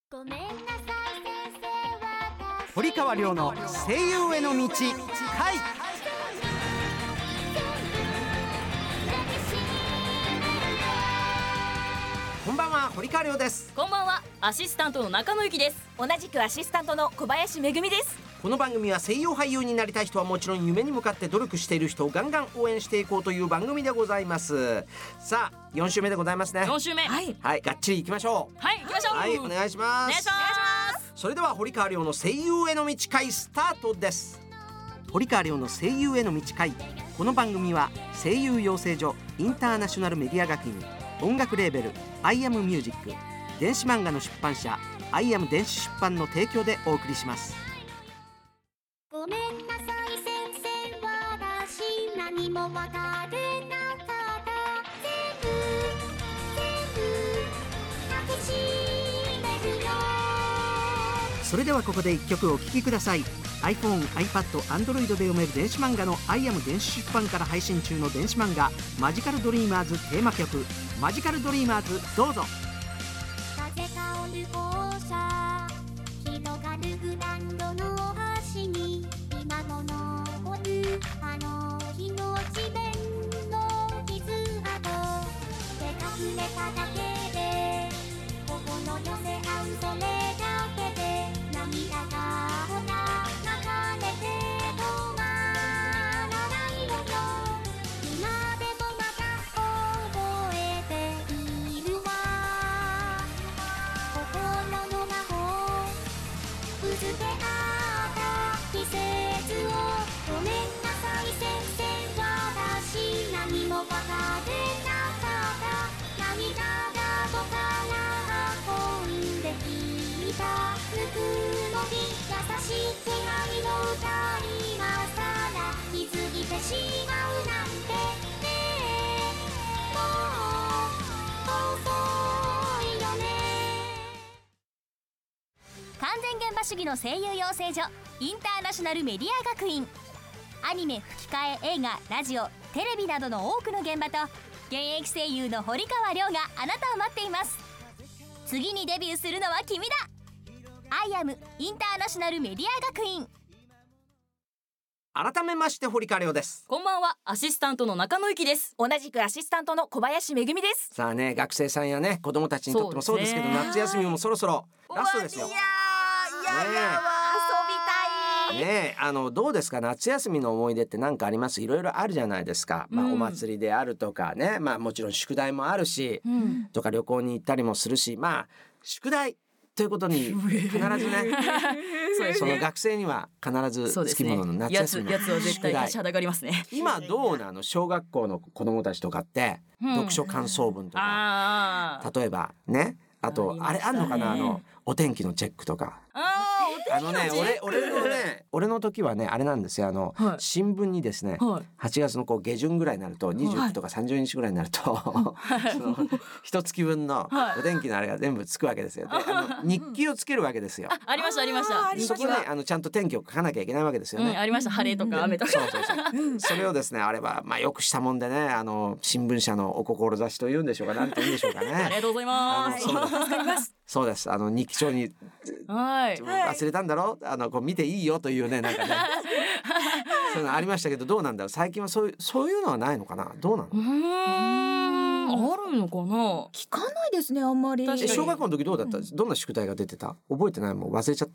ごめんなさい先生、 堀川亮の声優への道回。こんばんは、堀川亮です。 こんばんは、アシスタントの中野由紀です。 同じくアシスタントの小林めぐみです。 この番組は声優俳優になりたい人はもちろん、夢に向かって努力している人をガンガン応援していこうという番組でございます。さあ、4週目でございますね。 4週目、 はい、 がっちりいきましょう。 行きましょう。 はい、お願いします。 お願いします。 それでは堀川亮の声優への道会スタートです。堀川亮の声優への道会。この番組は声優養成所インターナショナルメディア学院、音楽レーベルアイアムミュージック、電子漫画の出版社アイアム電子出版の提供でお送りします。 ごめんなさい先生、私何もわかれなかった。全部抱きしめるよ。 それではここで1曲お聴きください。 iPhone、iPad、Android で読める電子漫画のアイアム電子出版から配信中の電子漫画マジカルドリーマーズテーマ曲、マジカルドリーマーズ、どうぞ。 風香る放射広がるグランドの端に今も残るあの日の地面の傷跡で隠れただけで心の寄せ合う、それだけで涙がほら流れて止まらないのよ。今でもまた覚えているわ。心の魔法うつけあった季節を。ごめんなさい先生、私何もわかれなかった。涙が僕から運んできたぬくもり、優しい気配の歌、今さら気づいてしまうなんてねえ、もう遅いよね。 完全現場主義の声優養成所インターナショナルメディア学院。アニメ、吹き替え、映画、ラジオ、テレビなどの多くの現場と現役声優の堀川亮があなたを待っています。次にデビューするのは君だ。アイアムインターナショナルメディア学院。 改めまして堀川亮です。 こんばんは、アシスタントの中野由紀です。 同じくアシスタントの小林めぐみです。 さあね、学生さんやね、子供たちにとってもそうですけど、 そうですね夏休みもそろそろラストですよ。 いやー、いやわ、遊びたい。 ねえ、どうですか、夏休みの思い出って何かあります？いろいろあるじゃないですか、お祭りであるとかね、もちろん宿題もあるし、とか旅行に行ったりもするし、宿題ということに必ずねそうですね、 その学生には必ずつきものの夏休みのやつは絶対宿題。 立ちはだかりますね。 今どうなの？小学校の子供たちとかって、読書感想文とか、例えばね、あとあれあんのかな、お天気のチェックとか。俺の時はね、あれなんですよ、新聞にですね、8月の下旬ぐらいになると、29とか30日ぐらいになると、その一月分のお天気のあれが全部つくわけですよ。で、日記をつけるわけですよ。 ありましたありました。 そこでちゃんと天気を書かなきゃいけないわけですよね。 ありました。晴れとか雨とか。 それをですね、あれはよくしたもんでね、新聞社のお志というんでしょうか、なんて言うんでしょうかね。 ありがとうございます。 助かります。 そうです。日記帳に忘れたんだろ、こう見ていいよというね、なんかねそういうのありましたけど、どうなんだろう、最近はそういうのはないのかな、どうなの？ あるのかな。 聞かないですね、あんまり。 小学校の時どうだった？どんな宿題が出てた？覚えてない？もう忘れちゃった？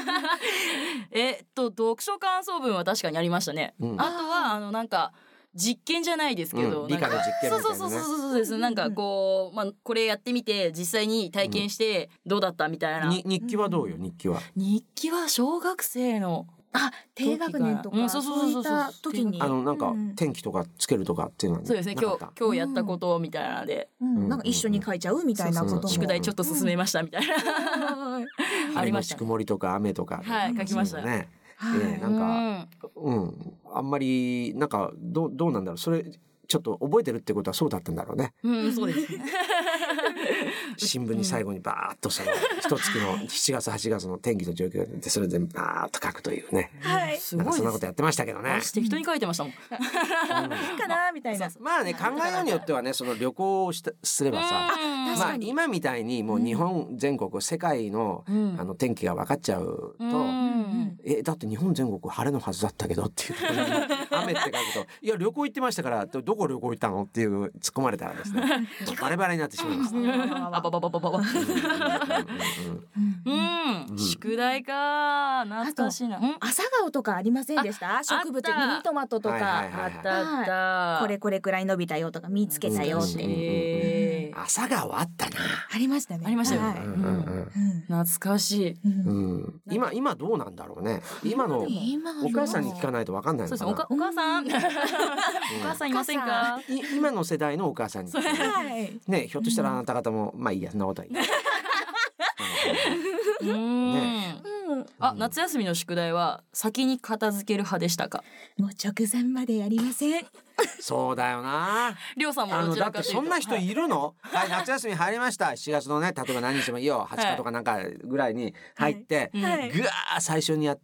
読書感想文は確かにありましたね。あとはなんか実験じゃないですけど、 理科の実験みたいなね。 そうです。なんかこう、これやってみて実際に体験してどうだったみたいな。 日記はどうよ？日記は小学生の低学年とかそういった時になんか天気とかつけるとかっていうのは、 そうですね、今日やったことみたいなので、 なんか一緒に書いちゃうみたいなことも、 宿題ちょっと進めましたみたいなありました。曇りとか雨とか、 書きましたね。 なんかあんまりなんかどうなんだろう、それちょっと覚えてるってことはそうだったんだろうね。 そうですね。 新聞に最後にバーッとその一月の7月8月の天気と状況が出て、それでバーッと書くというね。 すごいです。 そんなことやってましたけどね。 私適当に書いてましたもん。 いいかなみたいな。 まあね、考えようによってはね、その旅行をすればさ、まあ今みたいにもう日本全国世界の天気が分かっちゃうと、だって日本全国晴れのはずだったけどっていうところに雨って書くと、いや旅行行ってましたから、どこ旅行行ったのっていう突っ込まれたらですね、バレバレになってしまいます。 あばばばばばば。宿題か、懐かしいな。 朝顔とかありませんでした？植物、ミニトマトとか。 あったあった。 これくらい伸びたよとか見つけたよって。 朝顔あったな。 ありましたね。 ありましたよ。懐かしい。 今どうなんだろうね。今のお母さんに聞かないと分かんないのかな。 お母さん、お母さんいませんか？ 今の世代のお母さんにね、ひょっとしたらあなた方もまあいいや、そんなことはいい。 夏休みの宿題は先に片付ける派でしたか？ もう直前までやりません。 そうだよな。 りょうさんもどちだってらかというと。 そんな人いるの？はい、夏休み入りました。7月のね、例えば何日もいいよ、20日とかなんかぐらいに入ってぐわー最初にやって、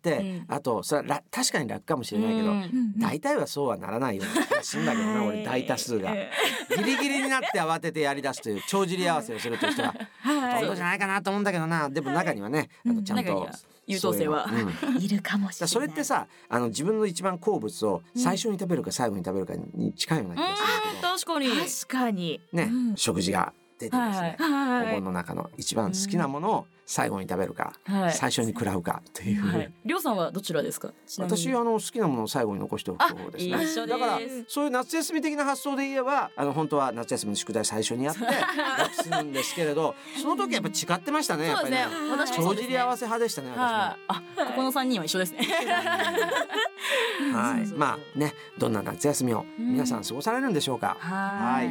あとそれは確かに楽かもしれないけど、大体はそうはならないような気がするんだけどな、俺大多数がギリギリになって慌ててやり出すという帳尻合わせをするという人はほとんどじゃないかなと思うんだけどな。でも中にはね、ちゃんと優等生はいるかもしれない。 それってさ、自分の一番好物を最初に食べるか最後に食べるかに近いような気がするんだけど、 確かにね、食事が出てですね、お盆の中の一番好きなものを最後に食べるか、最初に食らうかという。 りょうさんはどちらですか？ 私好きなものを最後に残しておく方ですね。だからそういう夏休み的な発想で言えば、本当は夏休みの宿題最初にやって楽するんですけれど、その時やっぱ違ってましたね。 そうですね。私も帳尻合わせ派でしたね。 ここの3人は一緒ですね。 はい、まあね、どんな夏休みを皆さん過ごされるんでしょうか。はい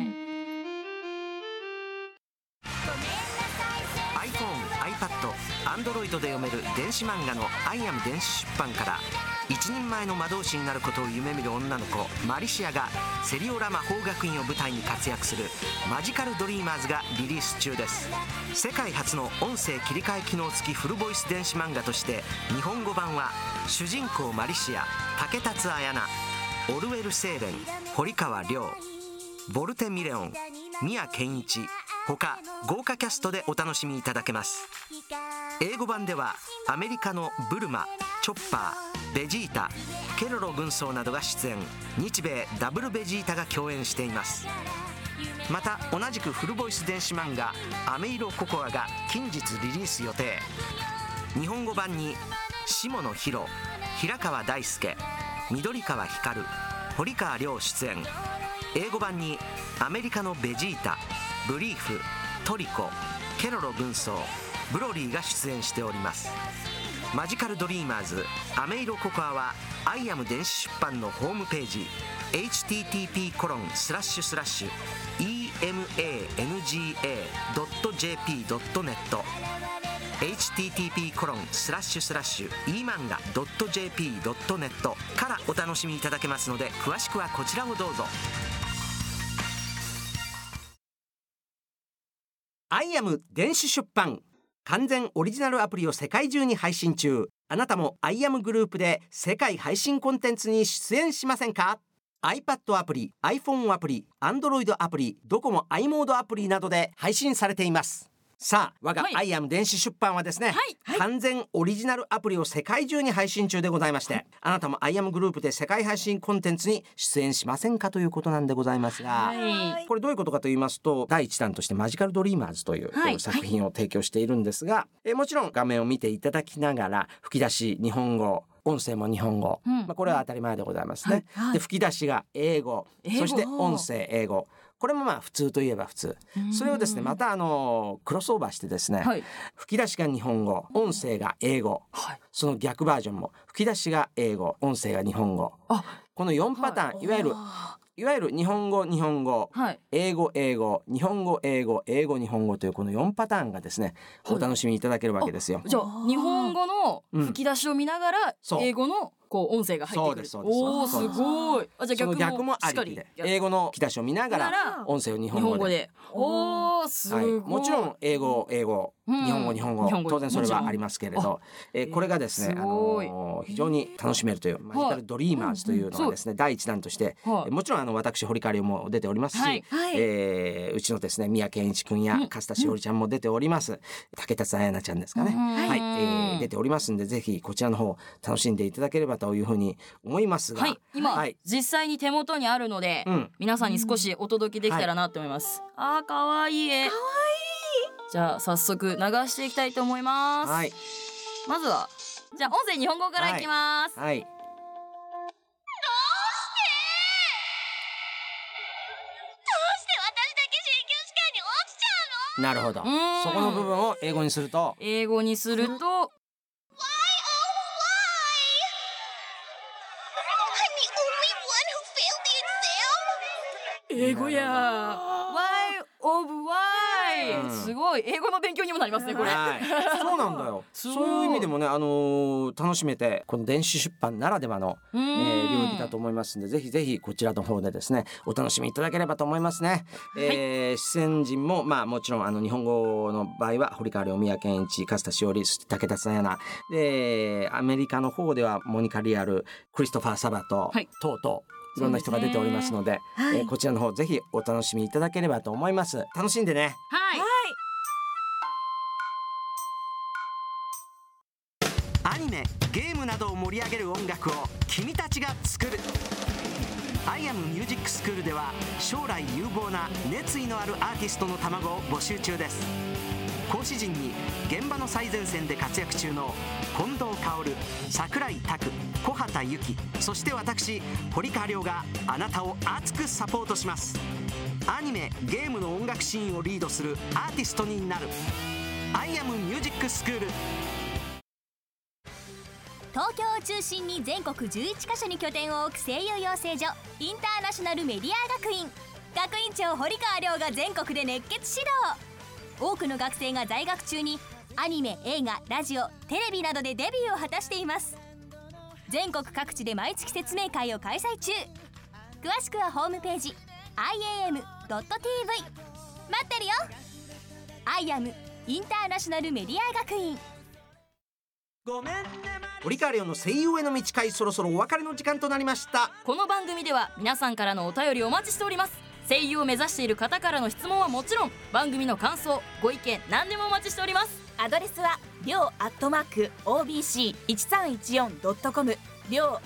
。iPhone、iPad、Android で読める電子漫画のアイアム電子出版から、一人前の魔導士になることを夢見る女の子マリシアがセリオラ魔法学院を舞台に活躍するマジカルドリーマーズがリリース中です。世界初の音声切り替え機能付きフルボイス電子漫画として、日本語版は主人公マリシア、竹達彩奈、オルウェル・セーレン、堀川亮、ボルテ・ミレオン、宮健一他豪華キャストでお楽しみいただけます。英語版ではアメリカのブルマ、チョッパー、ベジータ、ケロロ軍曹などが出演、日米ダブルベジータが共演しています。また同じくフルボイス電子漫画アメイロココアが近日リリース予定。日本語版に下野紘、平川大輔、緑川光、堀川亮出演。英語版にアメリカのベジータ、ブリーフ、トリコ、ケロロ軍曹、ブロリーが出演しております。マジカルドリーマーズアメイロココアはアイアム電子出版のホームページ http://emanga.jp.net http://emanga.jp.net からお楽しみいただけますので、詳しくはこちらをどうぞ。アイアム電子出版完全オリジナルアプリを世界中に配信中。あなたもアイアムグループで世界配信コンテンツに出演しませんか？ iPad アプリ、iPhone アプリ、Android アプリ、ドコモ i モードアプリなどで配信されています。さあ、我がアイアム電子出版はですね、完全オリジナルアプリを世界中に配信中でございまして、あなたもアイアムグループで世界配信コンテンツに出演しませんかということなんでございますが、これどういうことかと言いますと、第一弾としてマジカルドリーマーズという作品を提供しているんですが、もちろん画面を見ていただきながら吹き出し日本語、音声も日本語、これは当たり前でございますね。で、吹き出しが英語、そして音声英語、これもまあ普通といえば普通。それをですね、またクロスオーバーしてですね、吹き出しが日本語、音声が英語、その逆バージョンも吹き出しが英語、音声が日本語、この4パターン、いわゆる日本語、英語、英語、日本語、英語、英語、日本語というこの4パターンがですね、お楽しみいただけるわけですよ。 じゃあ日本語の吹き出しを見ながら英語のこう音声が入ってくる。 そうですおお、すそうですごい。あ、じゃあその逆もあしっかりりきで英語の吹き出しを見ながら音声を日日本語で。 本語で。おお、すごい。 もちろん英語、 うん日本語、 日本語当然それはありますけれど、これがですね、 すごい非常に楽しめるというマジカルドリーマーズというのがですね、第一弾として、 はいもちろん私堀川亮も出ておりますし、 はいはい、 うちのですね宮健一君や勝田しおりちゃんも出ております。竹田彩奈ちゃんですかね、 うんはい、出ておりますんで、ぜひこちらの方楽しんでいただければというふうに思いますが、 はい、今、 はい実際に手元にあるので、 うん皆さんに少しお届けできたらなと思います。あー、かわいい絵。かわいい。じゃあ早速流していきたいと思います。 はいまずはじゃあ音声日本語からいきます。 はいなるほど、 んそこの部分を英語にすると英語にすると英語や。Why of why、 うんすごい英語の勉強にもなりますねこれ。 はい、そうなんだよそうそういう意味でもね、楽しめてこの電子出版ならではの、領域だと思いますんで、ぜひぜひこちらの方でですねお楽しみいただければと思いますね。出演陣ももちろん日本語の場合は堀川亮、宮健一、勝田しおり、そして武田彩奈で、アメリカの方ではモニカ・リアル、クリストファー・サバト、 はい等々いろんな人が出ておりますので、 はいこちらの方ぜひお楽しみいただければと思います。楽しんでね。 はい。 アニメ、ゲームなどを盛り上げる音楽を君たちが作る。アイアムミュージックスクールでは将来有望な熱意のあるアーティストの卵を募集中です。講師陣に現場の最前線で活躍中の近藤薫、櫻井拓、小畑由紀、そして私堀川亮があなたを熱くサポートします。アニメ・ゲームの音楽シーンをリードするアーティストになる。アイアムミュージックスクール。 東京を中心に全国11カ所に拠点を置く声優養成所インターナショナルメディア学院。学院長堀川亮が全国で熱血指導。多くの学生が在学中にアニメ、映画、ラジオ、テレビなどでデビューを果たしています。全国各地で毎月説明会を開催中。詳しくはホームページ iam.tv。 待ってるよ。アイアムインターナショナルメディア学院。 堀川亮の声優への道会、そろそろお別れの時間となりました。 この番組では皆さんからのお便りをお待ちしております。声優を目指している方からの質問はもちろん、番組の感想、ご意見何でもお待ちしております。 アドレスはりょう@obc1314.com、りょう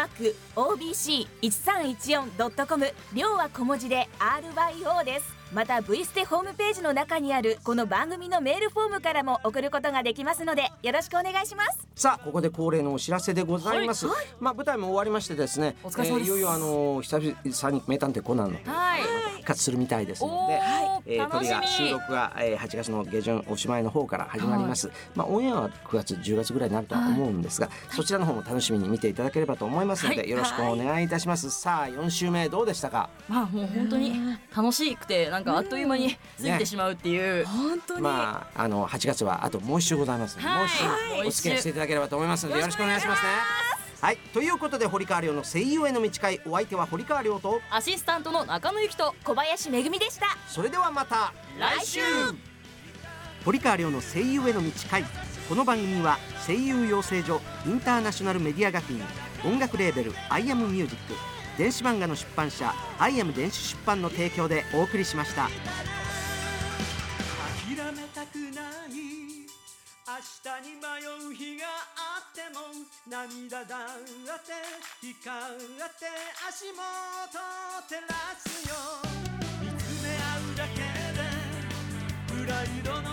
@obc1314.com、りょうは小文字で RYO です。また V ステホームページの中にあるこの番組のメールフォームからも送ることができますのでよろしくお願いします。 さあここで恒例のお知らせでございます。舞台も終わりましてですね、 お疲れ様ですいよいよ久々に名探偵コナンのはい。 復活するみたいですので、 おー、楽しみ。 収録が、8月の下旬おしまいの方から始まります。オンエアは9月10月ぐらいになるとは思うんですが、そちらの方も楽しみに見ていただければと思いますので、よろしくお願いいたします。さあ4週目どうでしたか？ もう本当に楽しくて、なんかあっという間に過ぎてしまうっていう。 本当に、 8月はあともう1週ございますので、 はいもう1週お付き合いしていただければと思いますので、よろしくお願いしますね。はい、ということで堀川亮の声優への道会、お相手は堀川亮と、 アシスタントの中野由紀と小林めぐみでした。 それではまた来週。 堀川亮の声優への道会。この番組は声優養成所インターナショナルメディア学院、音楽レーベルアイアムミュージック、電子漫画の出版社アイアム電子出版の提供でお送りしました。 諦めたくない明日に迷う日があっても、涙だって光って足元照らすよ。見つめ合うだけでプライドの